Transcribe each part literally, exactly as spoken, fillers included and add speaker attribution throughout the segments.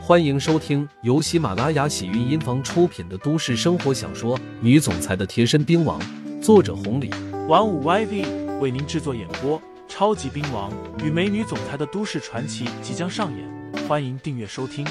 Speaker 1: 欢迎收听由喜马拉雅喜韵音房出品的都市生活小说《女总裁的贴身兵王》，作者红礼，
Speaker 2: 玩五 Y V 为您制作演播。超级兵王与美女总裁的都市传奇即将上演，欢迎订阅收听。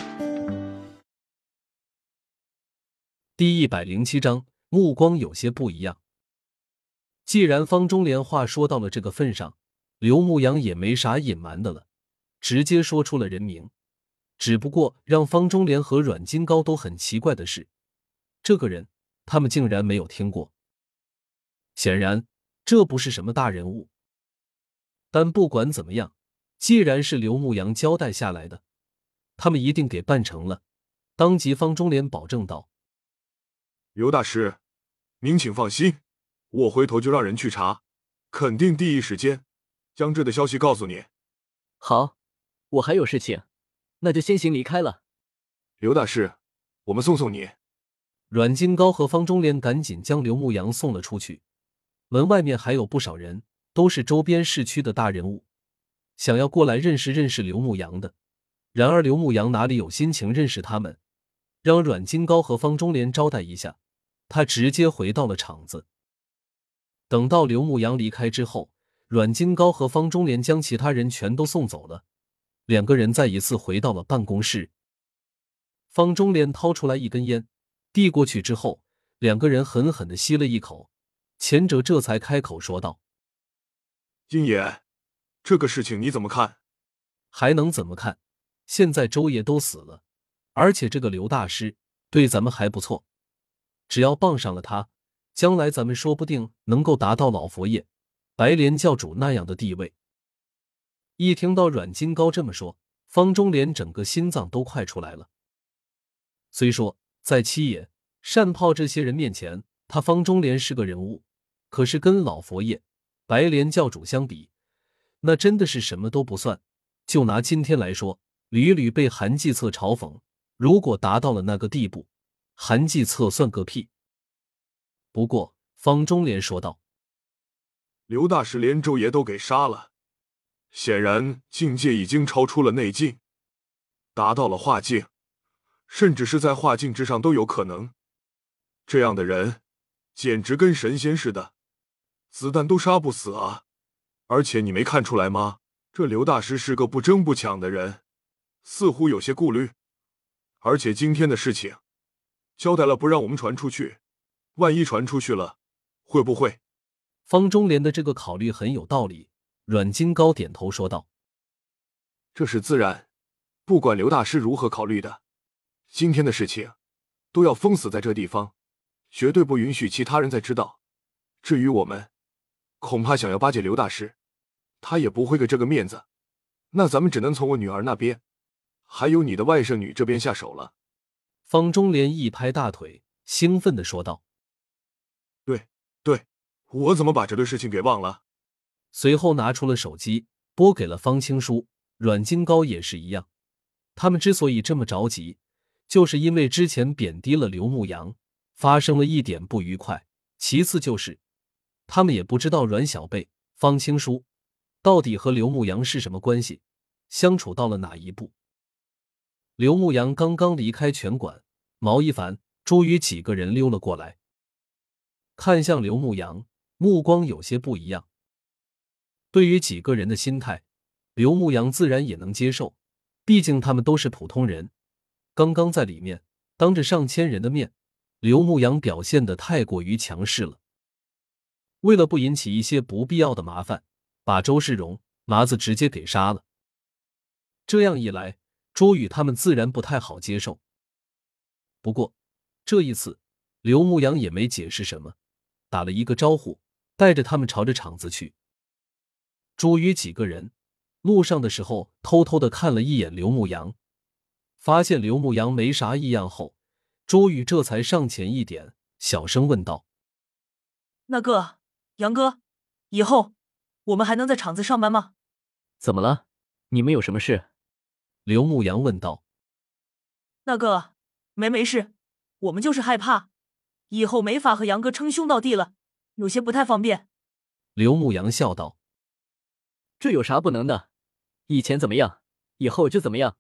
Speaker 1: 第一百零七章，目光有些不一样。既然方中莲话说到了这个份上，刘牧阳也没啥隐瞒的了，直接说出了人名。只不过让方中莲和阮金高都很奇怪的是，这个人他们竟然没有听过。显然这不是什么大人物。但不管怎么样，既然是刘牧阳交代下来的，他们一定给办成了。当即方中莲保证道：
Speaker 3: 刘大师，您请放心，我回头就让人去查，肯定第一时间将这的消息告诉你。
Speaker 4: 好，我还有事情，那就先行离开了。
Speaker 3: 刘大师，我们送送你。
Speaker 1: 阮金高和方中莲赶紧将刘牧阳送了出去。门外面还有不少人，都是周边市区的大人物，想要过来认识认识刘牧阳的。然而刘牧阳哪里有心情认识他们，让阮金高和方中莲招待一下，他直接回到了场子。等到刘牧阳离开之后，阮金高和方中莲将其他人全都送走了，两个人再一次回到了办公室。方中莲掏出来一根烟，递过去之后，两个人狠狠地吸了一口，前者这才开口说道：
Speaker 3: 金爷，这个事情你怎么看？
Speaker 1: 还能怎么看？现在周爷都死了，而且这个刘大师对咱们还不错，只要傍上了他，将来咱们说不定能够达到老佛爷、白莲教主那样的地位。一听到阮金高这么说，方中莲整个心脏都快出来了。虽说在七爷、单炮这些人面前，他方中莲是个人物，可是跟老佛爷、白莲教主相比，那真的是什么都不算。就拿今天来说，屡屡被韩继策嘲讽，如果达到了那个地步，韩继策算个屁。不过方中莲说道：
Speaker 3: 刘大师连周爷都给杀了，显然境界已经超出了内境，达到了化境，甚至是在化境之上都有可能。这样的人简直跟神仙似的，子弹都杀不死啊！而且你没看出来吗？这刘大师是个不争不抢的人，似乎有些顾虑。而且今天的事情交代了不让我们传出去，万一传出去了，会不会……
Speaker 1: 方中莲的这个考虑很有道理。阮金高点头说道：
Speaker 3: 这是自然，不管刘大师如何考虑的，今天的事情都要封死在这地方，绝对不允许其他人再知道。至于我们，恐怕想要巴结刘大师，他也不会给这个面子，那咱们只能从我女儿那边还有你的外甥女这边下手了。
Speaker 1: 方中莲一拍大腿，兴奋地说道：
Speaker 3: 对对，我怎么把这对事情给忘了？
Speaker 1: 随后拿出了手机，拨给了方青书。阮金高也是一样，他们之所以这么着急，就是因为之前贬低了刘牧阳，发生了一点不愉快。其次就是他们也不知道阮小贝、方青书到底和刘牧阳是什么关系，相处到了哪一步。刘牧阳刚刚离开拳馆，毛一凡、朱宇几个人溜了过来，看向刘牧阳，目光有些不一样。对于几个人的心态，刘牧阳自然也能接受，毕竟他们都是普通人。刚刚在里面当着上千人的面，刘牧阳表现得太过于强势了。为了不引起一些不必要的麻烦，把周世荣、麻子直接给杀了。这样一来，朱宇他们自然不太好接受。不过这一次刘牧阳也没解释什么，打了一个招呼，带着他们朝着场子去。朱宇几个人路上的时候偷偷地看了一眼刘牧阳，发现刘牧阳没啥异样后，朱宇这才上前一点，小声问道：
Speaker 5: 那个杨哥，以后我们还能在厂子上班吗？
Speaker 4: 怎么了？你们有什么事？
Speaker 1: 刘牧阳问道。
Speaker 5: 那个没没事，我们就是害怕以后没法和杨哥称兄道弟了，有些不太方便。
Speaker 1: 刘牧阳笑道：
Speaker 4: 这有啥不能的？以前怎么样，以后就怎么样。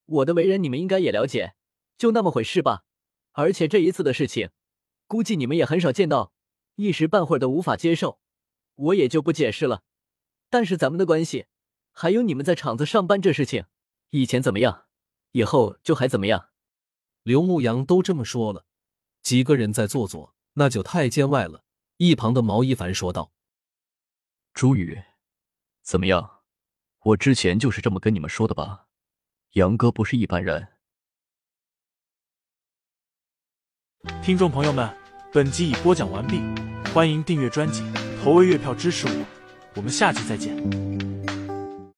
Speaker 4: 我的为人你们应该也了解，就那么回事吧。而且这一次的事情，估计你们也很少见到，一时半会儿的无法接受，我也就不解释了。但是咱们的关系，还有你们在厂子上班这事情，以前怎么样，以后就还怎么样。
Speaker 1: 刘牧阳都这么说了，几个人在做作，那就太见外了。一旁的毛一凡说道：
Speaker 6: 朱宇，怎么样？我之前就是这么跟你们说的吧，杨哥不是一般人。
Speaker 2: 听众朋友们，本集已播讲完毕，欢迎订阅专辑，投喂月票支持我，我们下集再见。